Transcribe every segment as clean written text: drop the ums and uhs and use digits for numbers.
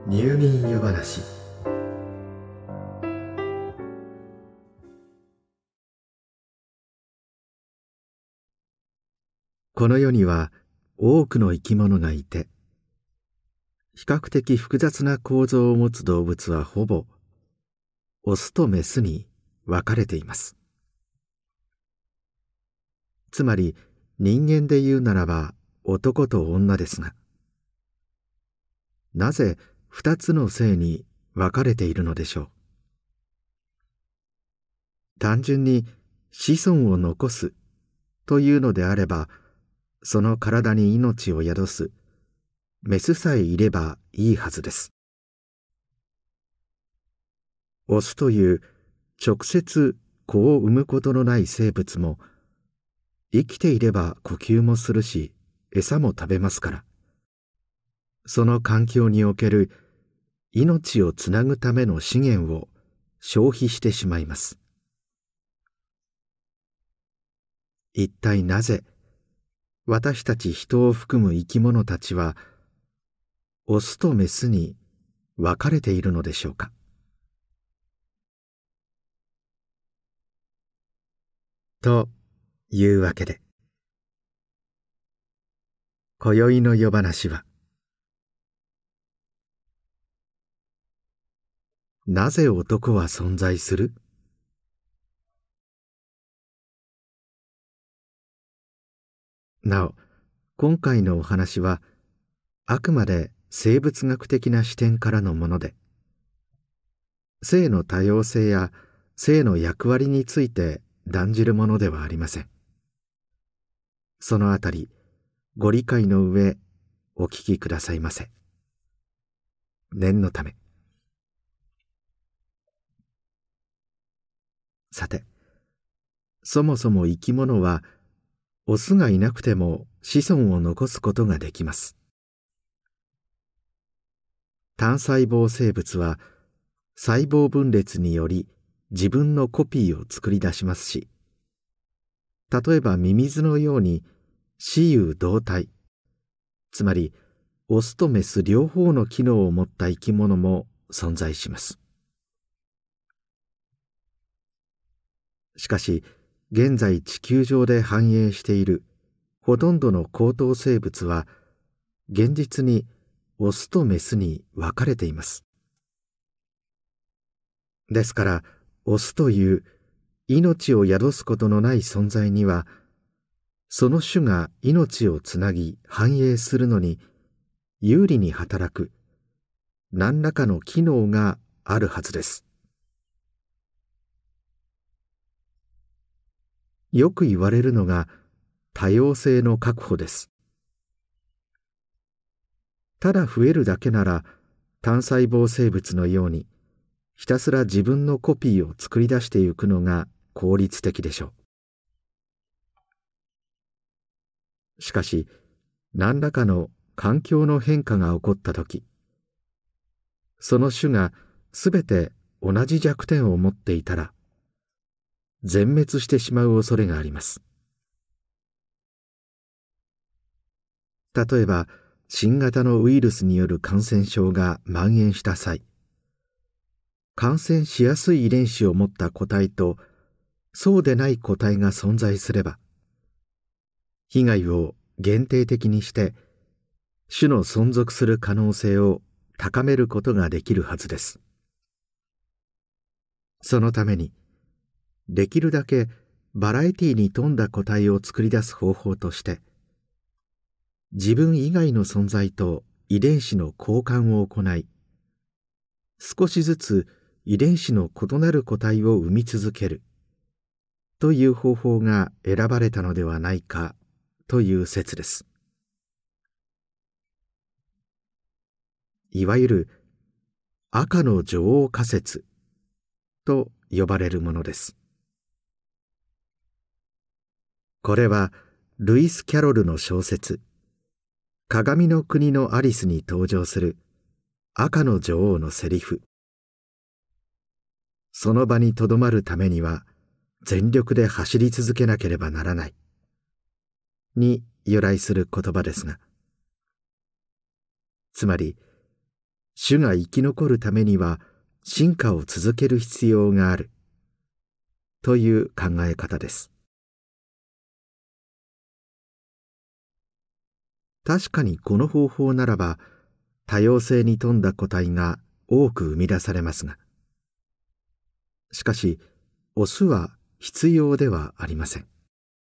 入眠湯話。この世には多くの生き物がいて、比較的複雑な構造を持つ動物はほぼオスとメスに分かれています。つまり人間で言うならば男と女ですが、なぜ二つの性に分かれているのでしょう。単純に子孫を残すというのであれば、その体に命を宿すメスさえいればいいはずです。オスという直接子を産むことのない生物も、生きていれば呼吸もするし餌も食べますから、その環境における命をつなぐための資源を消費してしまいます。一体なぜ私たち人を含む生き物たちはオスとメスに分かれているのでしょうか。というわけで、今宵の夜話は、なぜ男は存在する？なお、今回のお話はあくまで生物学的な視点からのもので、性の多様性や性の役割について断じるものではありません。そのあたりご理解の上お聞きくださいませ。念のため。さて、そもそも生き物はオスがいなくても子孫を残すことができます。単細胞生物は細胞分裂により自分のコピーを作り出しますし、例えばミミズのように雌雄同体、つまりオスとメス両方の機能を持った生き物も存在します。しかし現在地球上で繁栄しているほとんどの高等生物は現実にオスとメスに分かれています。ですからオスという命を宿すことのない存在には、その種が命をつなぎ繁栄するのに有利に働く何らかの機能があるはずです。よく言われるのが多様性の確保です。ただ増えるだけなら単細胞生物のようにひたすら自分のコピーを作り出していくのが効率的でしょう。しかし何らかの環境の変化が起こったとき、その種がすべて同じ弱点を持っていたら全滅してしまう恐れがあります。例えば新型のウイルスによる感染症が蔓延した際、感染しやすい遺伝子を持った個体とそうでない個体が存在すれば、被害を限定的にして種の存続する可能性を高めることができるはずです。そのためにできるだけバラエティに富んだ個体を作り出す方法として、自分以外の存在と遺伝子の交換を行い、少しずつ遺伝子の異なる個体を生み続けるという方法が選ばれたのではないかという説です。いわゆる赤の女王仮説と呼ばれるものです。これはルイス・キャロルの小説「鏡の国のアリス」に登場する赤の女王のセリフ、その場にとどまるためには全力で走り続けなければならないに由来する言葉ですが、つまり種が生き残るためには進化を続ける必要があるという考え方です。確かにこの方法ならば多様性に富んだ個体が多く生み出されますが、しかしオスは必要ではありません。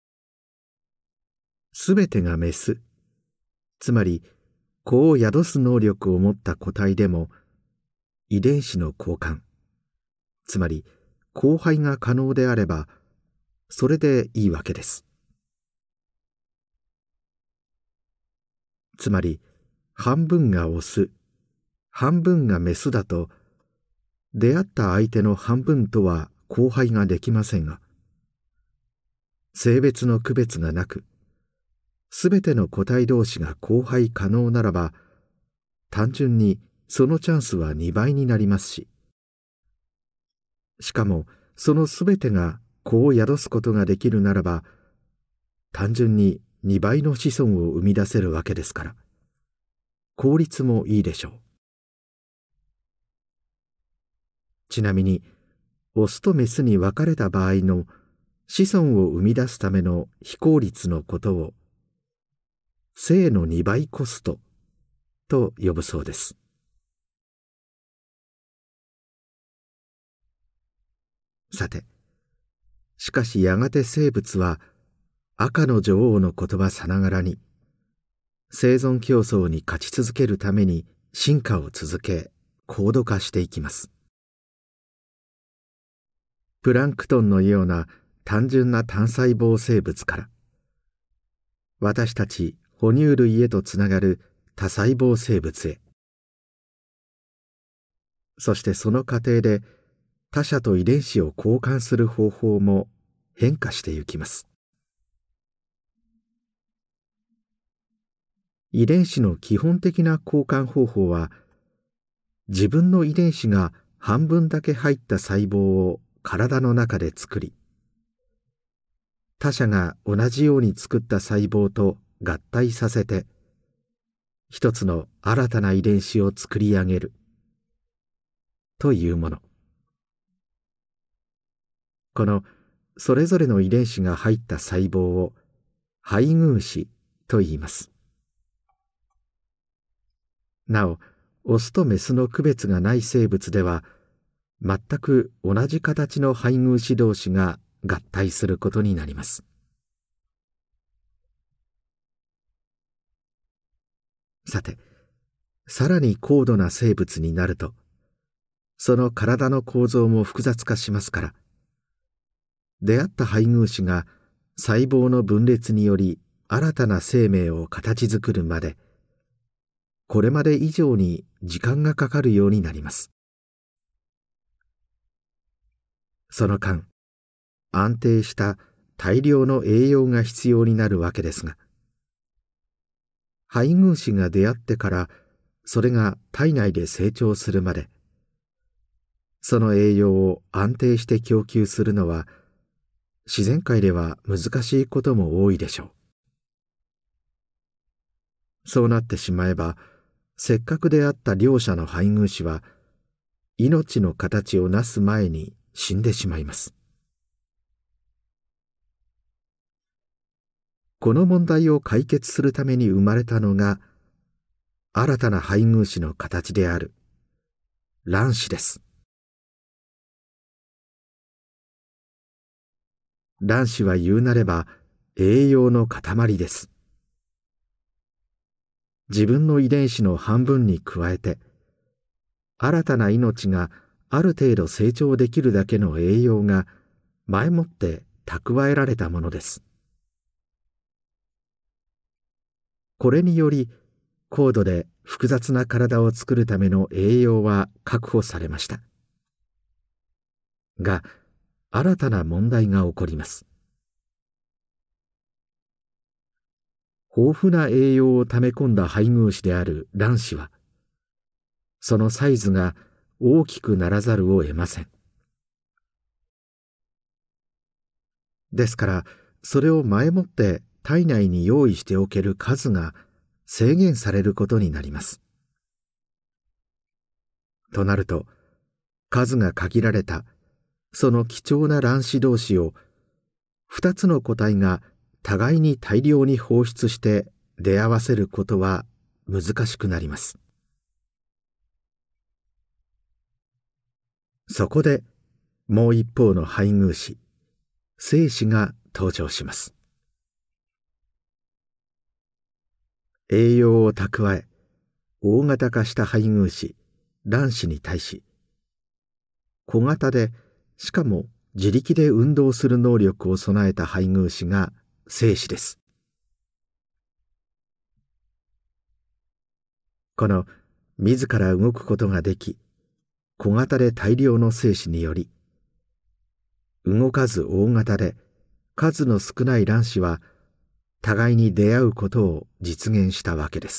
すべてがメス、つまり子を宿す能力を持った個体でも遺伝子の交換、つまり交配が可能であればそれでいいわけです。つまり半分がオス、半分がメスだと出会った相手の半分とは交配ができませんが、性別の区別がなくすべての個体同士が交配可能ならば単純にそのチャンスは2倍になりますし、しかもそのすべてが子を宿すことができるならば単純に2倍の子孫を生み出せるわけですから効率もいいでしょう。ちなみにオスとメスに分かれた場合の子孫を生み出すための非効率のことを正の2倍コストと呼ぶそうです。さて、しかしやがて生物は赤の女王の言葉さながらに生存競争に勝ち続けるために進化を続け高度化していきます。プランクトンのような単純な単細胞生物から私たち哺乳類へとつながる多細胞生物へ、そしてその過程で他者と遺伝子を交換する方法も変化してゆきます。遺伝子の基本的な交換方法は自分の遺伝子が半分だけ入った細胞を体の中で作り、他者が同じように作った細胞と合体させて一つの新たな遺伝子を作り上げるというもの。このそれぞれの遺伝子が入った細胞を配偶子と言います。なお、オスとメスの区別がない生物では全く同じ形の配偶子同士が合体することになります。さて、さらに高度な生物になるとその体の構造も複雑化しますから、出会った配偶子が細胞の分裂により新たな生命を形作るまでこれまで以上に時間がかかるようになります。その間、安定した大量の栄養が必要になるわけですが、配偶子が出会ってからそれが体内で成長するまでその栄養を安定して供給するのは自然界では難しいことも多いでしょう。そうなってしまえばせっかく出会った両者の配偶子は命の形をなす前に死んでしまいます。この問題を解決するために生まれたのが新たな配偶子の形である卵子です。卵子は言うなれば栄養の塊です。自分の遺伝子の半分に加えて新たな命がある程度成長できるだけの栄養が前もって蓄えられたものです。これにより高度で複雑な体を作るための栄養は確保されました。が、新たな問題が起こります。豊富な栄養を溜め込んだ配偶子である卵子は、そのサイズが大きくならざるを得ません。ですから、それを前もって体内に用意しておける数が制限されることになります。 となると、数が限られたその貴重な卵子同士を2つの個体が互いに大量に放出して出会わせることは難しくなります。そこでもう一方の配偶子、精子が登場します。栄養を蓄え大型化した配偶子、卵子に対し、小型でしかも自力で運動する能力を備えた配偶子が精子です。この自ら動くことができ、小型で大量の精子により、動かず大型で数の少ない卵子は互いに出会うことを実現したわけです。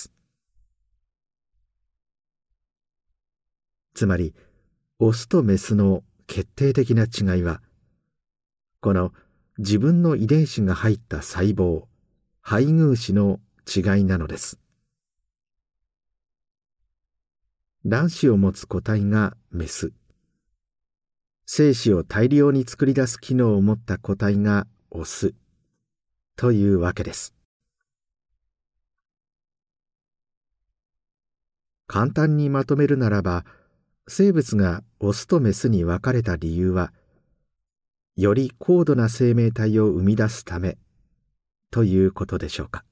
つまり、オスとメスの決定的な違いは、この自分の遺伝子が入った細胞、配偶子の違いなのです。卵子を持つ個体がメス、精子を大量に作り出す機能を持った個体がオスというわけです。簡単にまとめるならば、生物がオスとメスに分かれた理由は、より高度な生命体を生み出すためということでしょうか。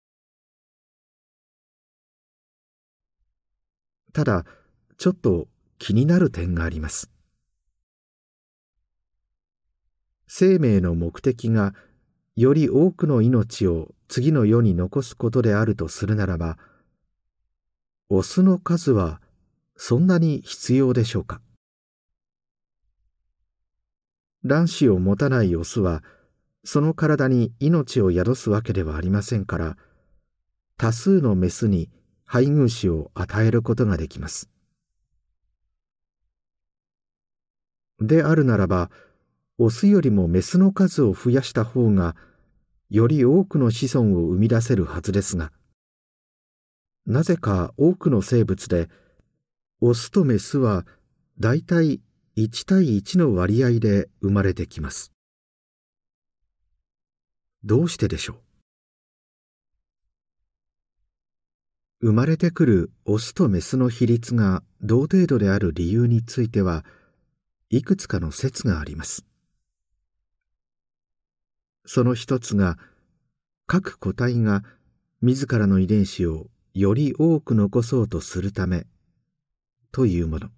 ただ、ちょっと気になる点があります。生命の目的がより多くの命を次の世に残すことであるとするならば、オスの数はそんなに必要でしょうか。卵子を持たないオスはその体に命を宿すわけではありませんから、多数のメスに配偶子を与えることができます。であるならば、オスよりもメスの数を増やした方がより多くの子孫を生み出せるはずですが、なぜか多くの生物でオスとメスはだいたい1対1の割合で生まれてきます。どうしてでしょう。生まれてくるオスとメスの比率が同程度である理由についてはいくつかの説があります。その一つが、各個体が自らの遺伝子をより多く残そうとするためというもの。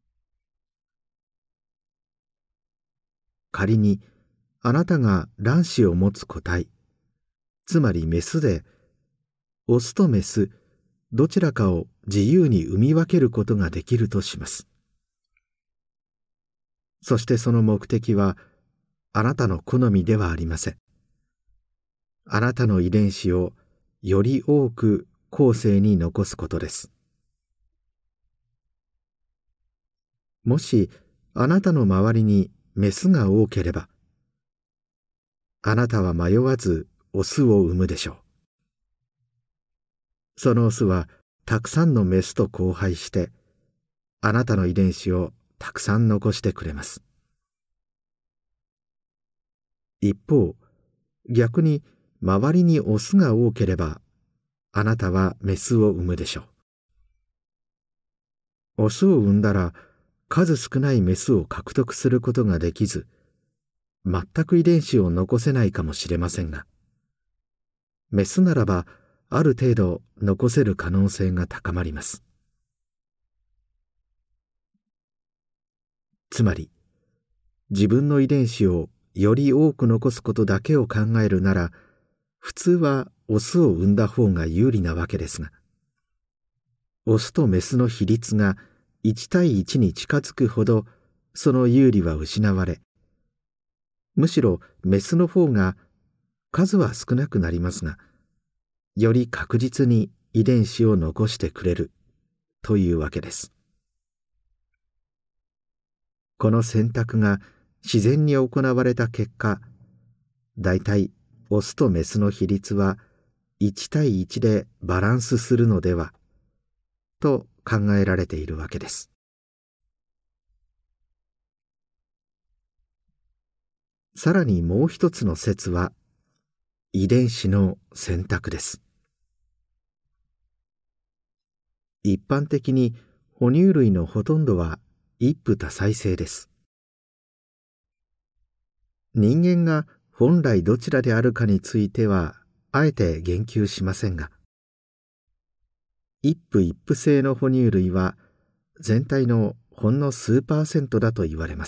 仮にあなたが卵子を持つ個体、つまりメスで、オスとメスどちらかを自由に産み分けることができるとします。そしてその目的はあなたの好みではありません。あなたの遺伝子をより多く後世に残すことです。もしあなたの周りにメスが多ければ、あなたは迷わずオスを産むでしょう。そのオスはたくさんのメスと交配して、あなたの遺伝子をたくさん残してくれます。一方、逆に周りにオスが多ければ、あなたはメスを産むでしょう。オスを産んだら数少ないメスを獲得することができず、全く遺伝子を残せないかもしれませんが、メスならばある程度残せる可能性が高まります。つまり、自分の遺伝子をより多く残すことだけを考えるなら、普通はオスを産んだ方が有利なわけですが、オスとメスの比率が1対1に近づくほどその有利は失われ、むしろメスの方が数は少なくなりますが、より確実に遺伝子を残してくれるというわけです。この選択が自然に行われた結果、だいたいオスとメスの比率は1対1でバランスするのではと考えられているわけです。 さらにもう一つの説は遺伝子の選択です。一般的に哺乳類のほとんどは一夫多妻制です。人間が本来どちらであるかについてはあえて言及しませんが、一夫一夫制の哺乳類は全体のほんの数%だと言われます。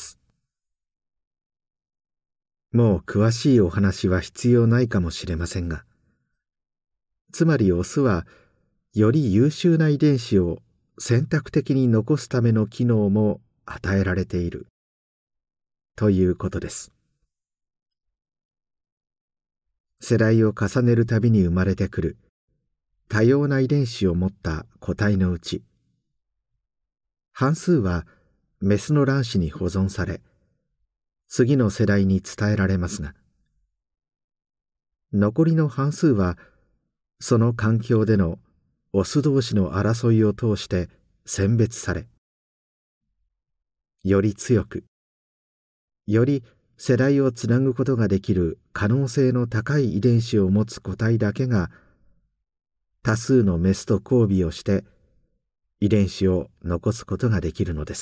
もう詳しいお話は必要ないかもしれませんが、つまりオスはより優秀な遺伝子を選択的に残すための機能も与えられているということです。世代を重ねるたびに生まれてくる多様な遺伝子を持った個体のうち、半数はメスの卵子に保存され、次の世代に伝えられますが、残りの半数はその環境でのオス同士の争いを通して選別され、より強く、より世代をつなぐことができる可能性の高い遺伝子を持つ個体だけが多数のメスと交尾をして遺伝子を残すことができるのです。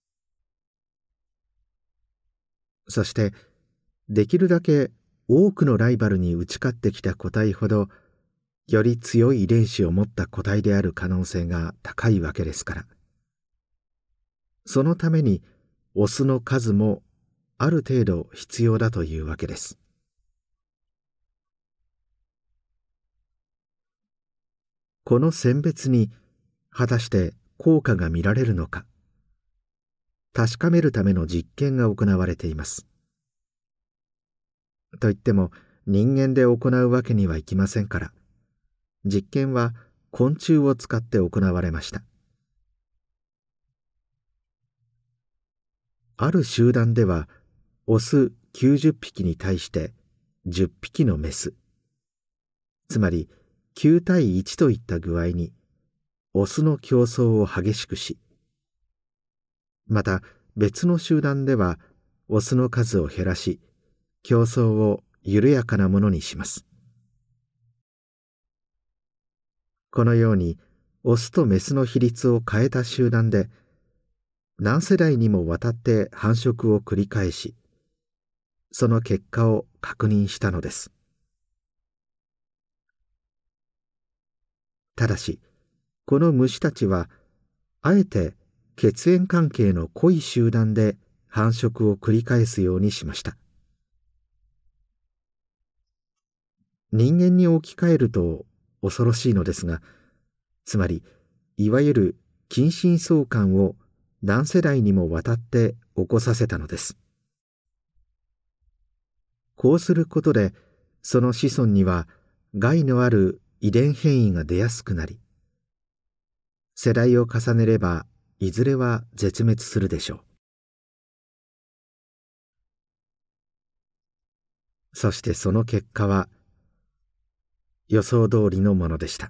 そしてできるだけ多くのライバルに打ち勝ってきた個体ほどより強い遺伝子を持った個体である可能性が高いわけですから、そのためにオスの数もある程度必要だというわけです。この選別に果たして効果が見られるのか、確かめるための実験が行われています。といっても人間で行うわけにはいきませんから、実験は昆虫を使って行われました。ある集団ではオス90匹に対して10匹のメス、つまり9対1といった具合にオスの競争を激しくし、また別の集団ではオスの数を減らし競争を緩やかなものにします。このようにオスとメスの比率を変えた集団で何世代にもわたって繁殖を繰り返し、その結果を確認したのです。ただしこの虫たちはあえて血縁関係の濃い集団で繁殖を繰り返すようにしました。人間に置き換えると恐ろしいのですが、つまりいわゆる近親相関を何世代にもわたって起こさせたのです。こうすることでその子孫には害のある遺伝変異が出やすくなり、世代を重ねればいずれは絶滅するでしょう。そしてその結果は予想通りのものでした。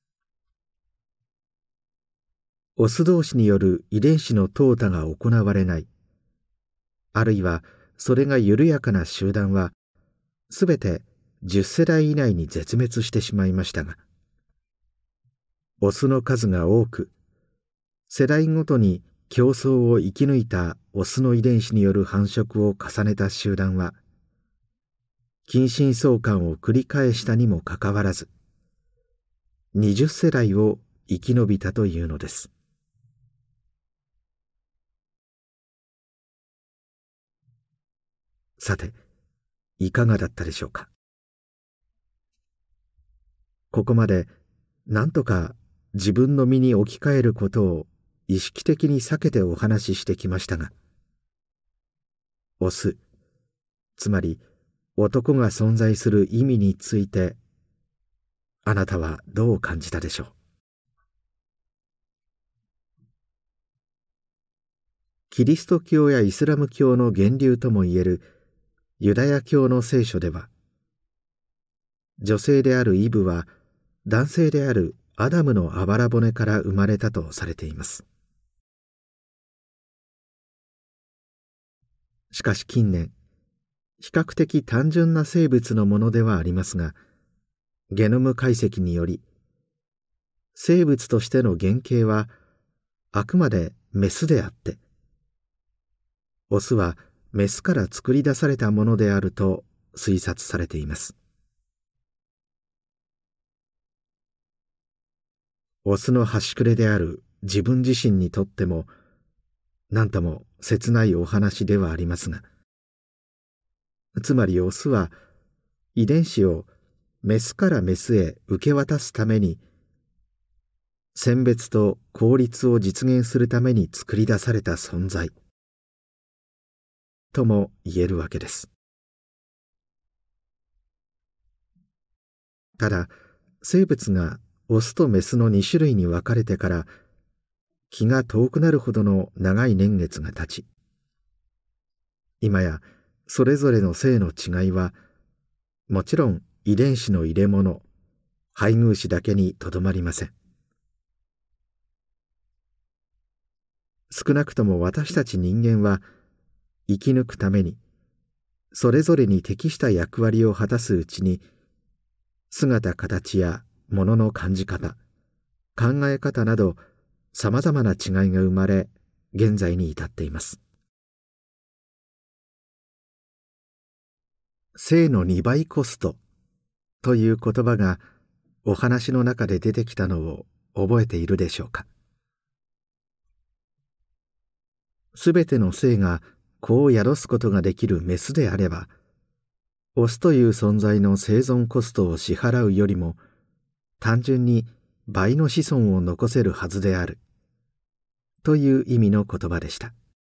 オス同士による遺伝子の淘汰が行われない、あるいはそれが緩やかな集団はすべて10世代以内に絶滅してしまいましたが、オスの数が多く世代ごとに競争を生き抜いたオスの遺伝子による繁殖を重ねた集団は近親相関を繰り返したにもかかわらず20世代を生き延びたというのです。さて、いかがだったでしょうか。ここまで何とか自分の身に置き換えることを意識的に避けてお話ししてきましたが、オス、つまり男が存在する意味についてあなたはどう感じたでしょう。キリスト教やイスラム教の源流ともいえるユダヤ教の聖書では、女性であるイブは男性であるアダムのあばら骨から生まれたとされています。しかし近年、 比較的単純な生物のものではありますが、ゲノム解析により生物としての原型はあくまでメスであって、オスはメスから作り出されたものであると推察されています。オスの端くれである自分自身にとっても何とも切ないお話ではありますが、つまりオスは遺伝子をメスからメスへ受け渡すために、選別と効率を実現するために作り出された存在とも言えるわけです。ただ、生物がオスとメスの2種類に分かれてから気が遠くなるほどの長い年月が経ち、今やそれぞれの性の違いはもちろん遺伝子の入れ物、配偶子だけにとどまりません。少なくとも私たち人間は生き抜くためにそれぞれに適した役割を果たすうちに、姿形や物の感じ方、考え方などさまざまな違いが生まれ、現在に至っています。性の2倍コストという言葉がお話の中で出てきたのを覚えているでしょうか。すべての性が子を宿すことができるメスであれば、オスという存在の生存コストを支払うよりも単純に倍の子孫を残せるはずであるという意味の言葉でした。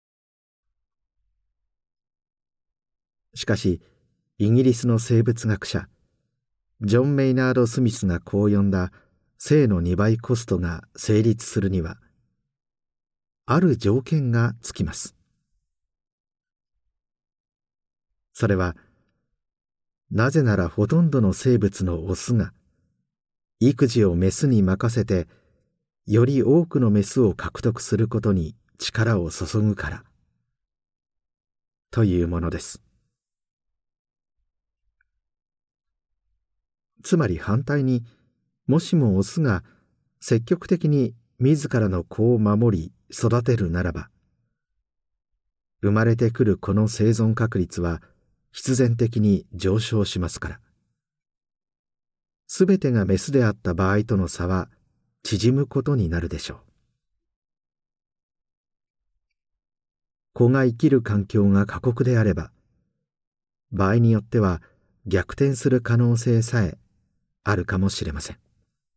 しかしイギリスの生物学者ジョン・メイナード・スミスがこう呼んだ性の2倍コストが成立するにはある条件がつきます。それはなぜならほとんどの生物のオスが育児をメスに任せてより多くのメスを獲得することに力を注ぐからというものです。つまり反対に、もしもオスが積極的に自らの子を守り育てるならば、生まれてくる子の生存確率は必然的に上昇しますから、すべてがメスであった場合との差は縮むことになるでしょう。子が生きる環境が過酷であれば、場合によっては逆転する可能性さえあるかもしれません。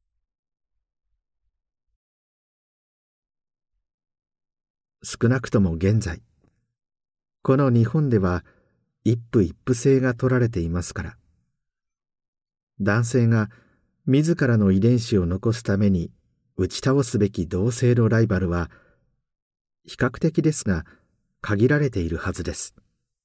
少なくとも現在、この日本では一夫一夫制が取られていますから、男性が自らの遺伝子を残すために打ち倒すべき同性のライバルは比較的ですが限られているはずです。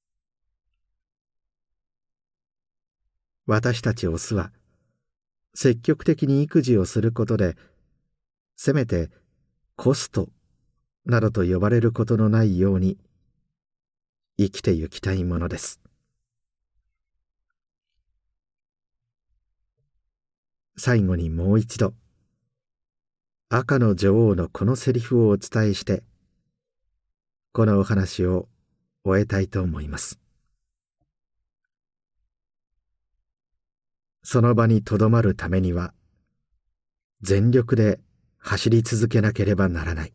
私たちオスは積極的に育児をすることで、せめてコストなどと呼ばれることのないように生きてゆきたいものです。最後にもう一度、赤の女王のこのセリフをお伝えして、このお話を終えたいと思います。その場にとどまるためには、全力で走り続けなければならない。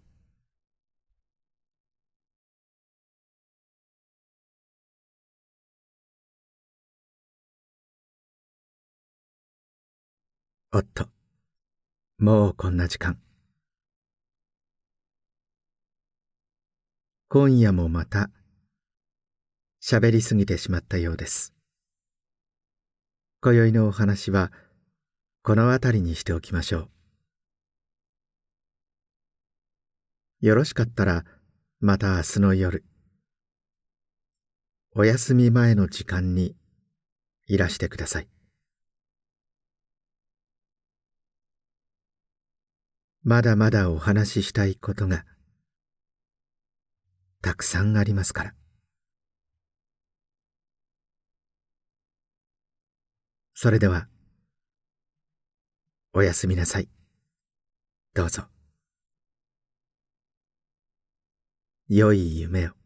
おっと、もうこんな時間。今夜もまた喋りすぎてしまったようです。今宵のお話はこの辺りにしておきましょう。よろしかったらまた明日の夜、お休み前の時間にいらしてください。まだまだお話ししたいことがたくさんありますから。 それでは、おやすみなさい。どうぞ。良い夢を。